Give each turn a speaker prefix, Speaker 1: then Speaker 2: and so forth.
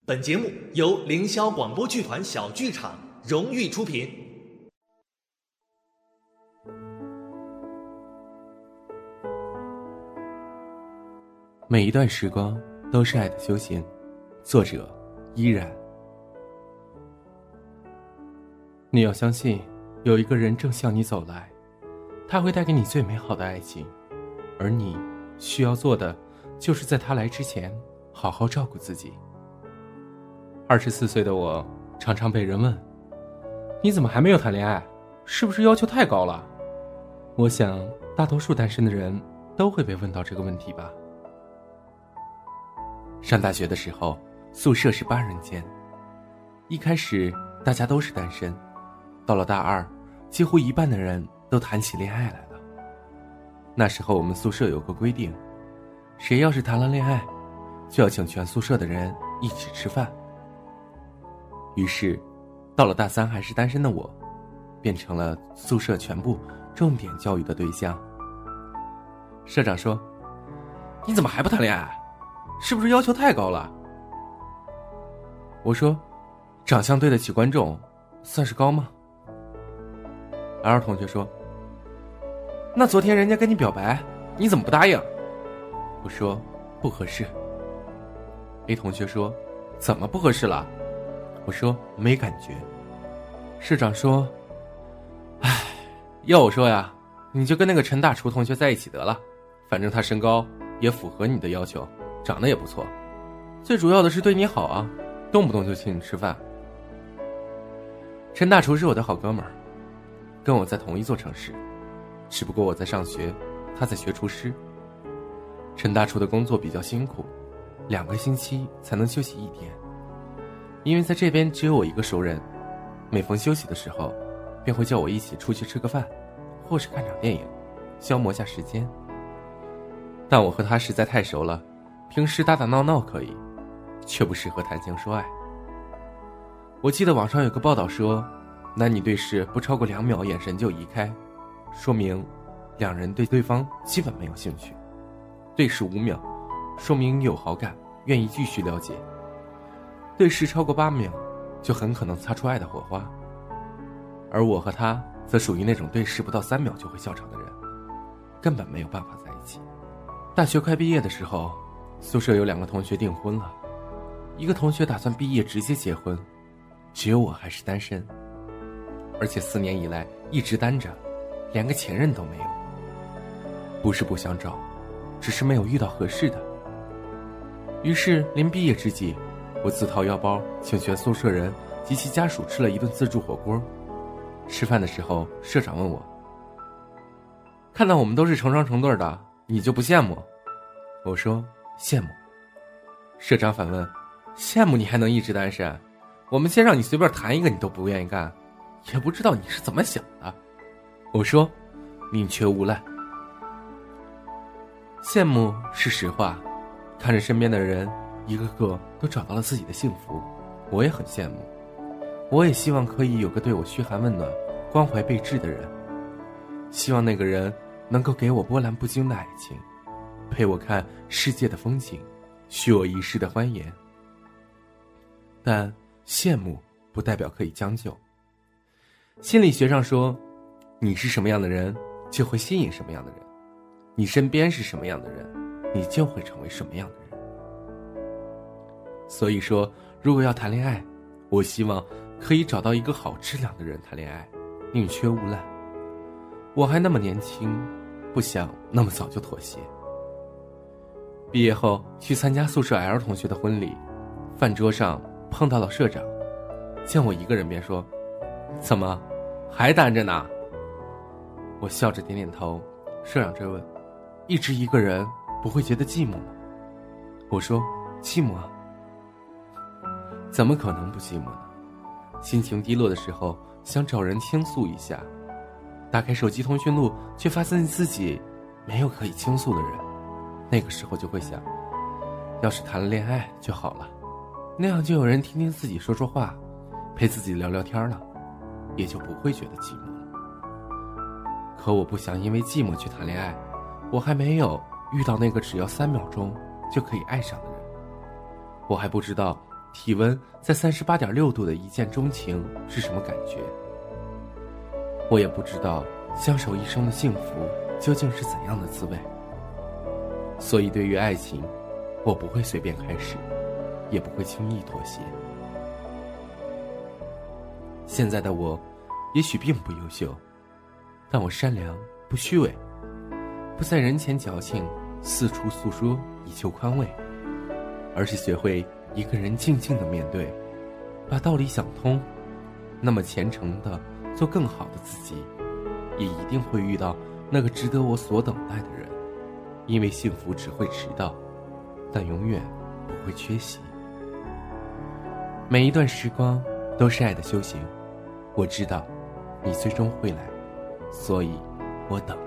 Speaker 1: 本节目由凌霄广播剧团小剧场荣誉出品。
Speaker 2: 每一段时光都是爱的修行。作者依然。你要相信，有一个人正向你走来，他会带给你最美好的爱情，而你需要做的就是在他来之前好好照顾自己。24岁的我常常被人问，你怎么还没有谈恋爱？是不是要求太高了？我想大多数单身的人都会被问到这个问题吧。上大学的时候，宿舍是8人间，一开始大家都是单身，到了大2，几乎一半的人都谈起恋爱来了。那时候我们宿舍有个规定，谁要是谈了恋爱，就要请全宿舍的人一起吃饭。于是到了大3还是单身的我，变成了宿舍全部重点教育的对象。社长说，你怎么还不谈恋爱？是不是要求太高了？我说，长相对得起观众算是高吗？ L 同学说，那昨天人家跟你表白，你怎么不答应？我说，不合适。 A 同学说，怎么不合适了？我说，没感觉。社长说，唉，要我说呀，你就跟那个陈大厨同学在一起得了，反正他身高也符合你的要求，长得也不错，最主要的是对你好啊，动不动就请你吃饭。陈大厨是我的好哥们儿，跟我在同一座城市，只不过我在上学，他在学厨师。陈大厨的工作比较辛苦，2个星期才能休息1天，因为在这边只有我一个熟人，每逢休息的时候便会叫我一起出去吃个饭，或是看场电影，消磨下时间。但我和他实在太熟了，平时打打闹闹可以，却不适合谈情说爱。我记得网上有个报道说，男女对视不超过2秒眼神就移开，说明2人对对方基本没有兴趣。对视5秒，说明有好感，愿意继续了解。对视超过8秒，就很可能擦出爱的火花。而我和他则属于那种对视不到3秒就会笑场的人，根本没有办法在一起。大学快毕业的时候，宿舍有2个同学订婚了，一个同学打算毕业直接结婚，只有我还是单身，而且4年以来一直单着，连个前任都没有。不是不想找，只是没有遇到合适的。于是临毕业之际，我自掏腰包请全宿舍人及其家属吃了一顿自助火锅。吃饭的时候，社长问我，看到我们都是成双成对的，你就不羡慕？我说，羡慕。社长反问，羡慕你还能一直单身？我们先让你随便谈一个你都不愿意干，也不知道你是怎么想的。我说，宁缺毋滥。羡慕是实话，看着身边的人一个个都找到了自己的幸福，我也很羡慕。我也希望可以有个对我嘘寒问暖、关怀备至的人，希望那个人能够给我波澜不惊的爱情，陪我看世界的风景，许我一世的欢颜。但羡慕不代表可以将就。心理学上说，你是什么样的人，就会吸引什么样的人，你身边是什么样的人，你就会成为什么样的人。所以说，如果要谈恋爱，我希望可以找到一个好质量的人谈恋爱，宁缺毋滥。我还那么年轻，不想那么早就妥协。毕业后去参加宿舍 L 同学的婚礼，饭桌上碰到了社长，见我一个人便说，怎么还单着呢？我笑着点点头。社长追问，一直一个人不会觉得寂寞吗？我说，寂寞啊。怎么可能不寂寞呢？心情低落的时候想找人倾诉一下，打开手机通讯录却发现自己没有可以倾诉的人，那个时候就会想，要是谈了恋爱就好了，那样就有人听听自己说说话，陪自己聊聊天了，也就不会觉得寂寞了。可我不想因为寂寞去谈恋爱，我还没有遇到那个只要3秒钟就可以爱上的人，我还不知道体温在38.6度的一见钟情是什么感觉。我也不知道相守一生的幸福究竟是怎样的滋味，所以对于爱情，我不会随便开始，也不会轻易妥协。现在的我也许并不优秀，但我善良不虚伪，不在人前矫情，四处诉说以求宽慰，而是学会一个人静静的面对，把道理想通，那么虔诚的做更好的自己，也一定会遇到那个值得我所等待的人。因为幸福只会迟到，但永远不会缺席。每一段时光都是爱的修行，我知道你最终会来，所以我等。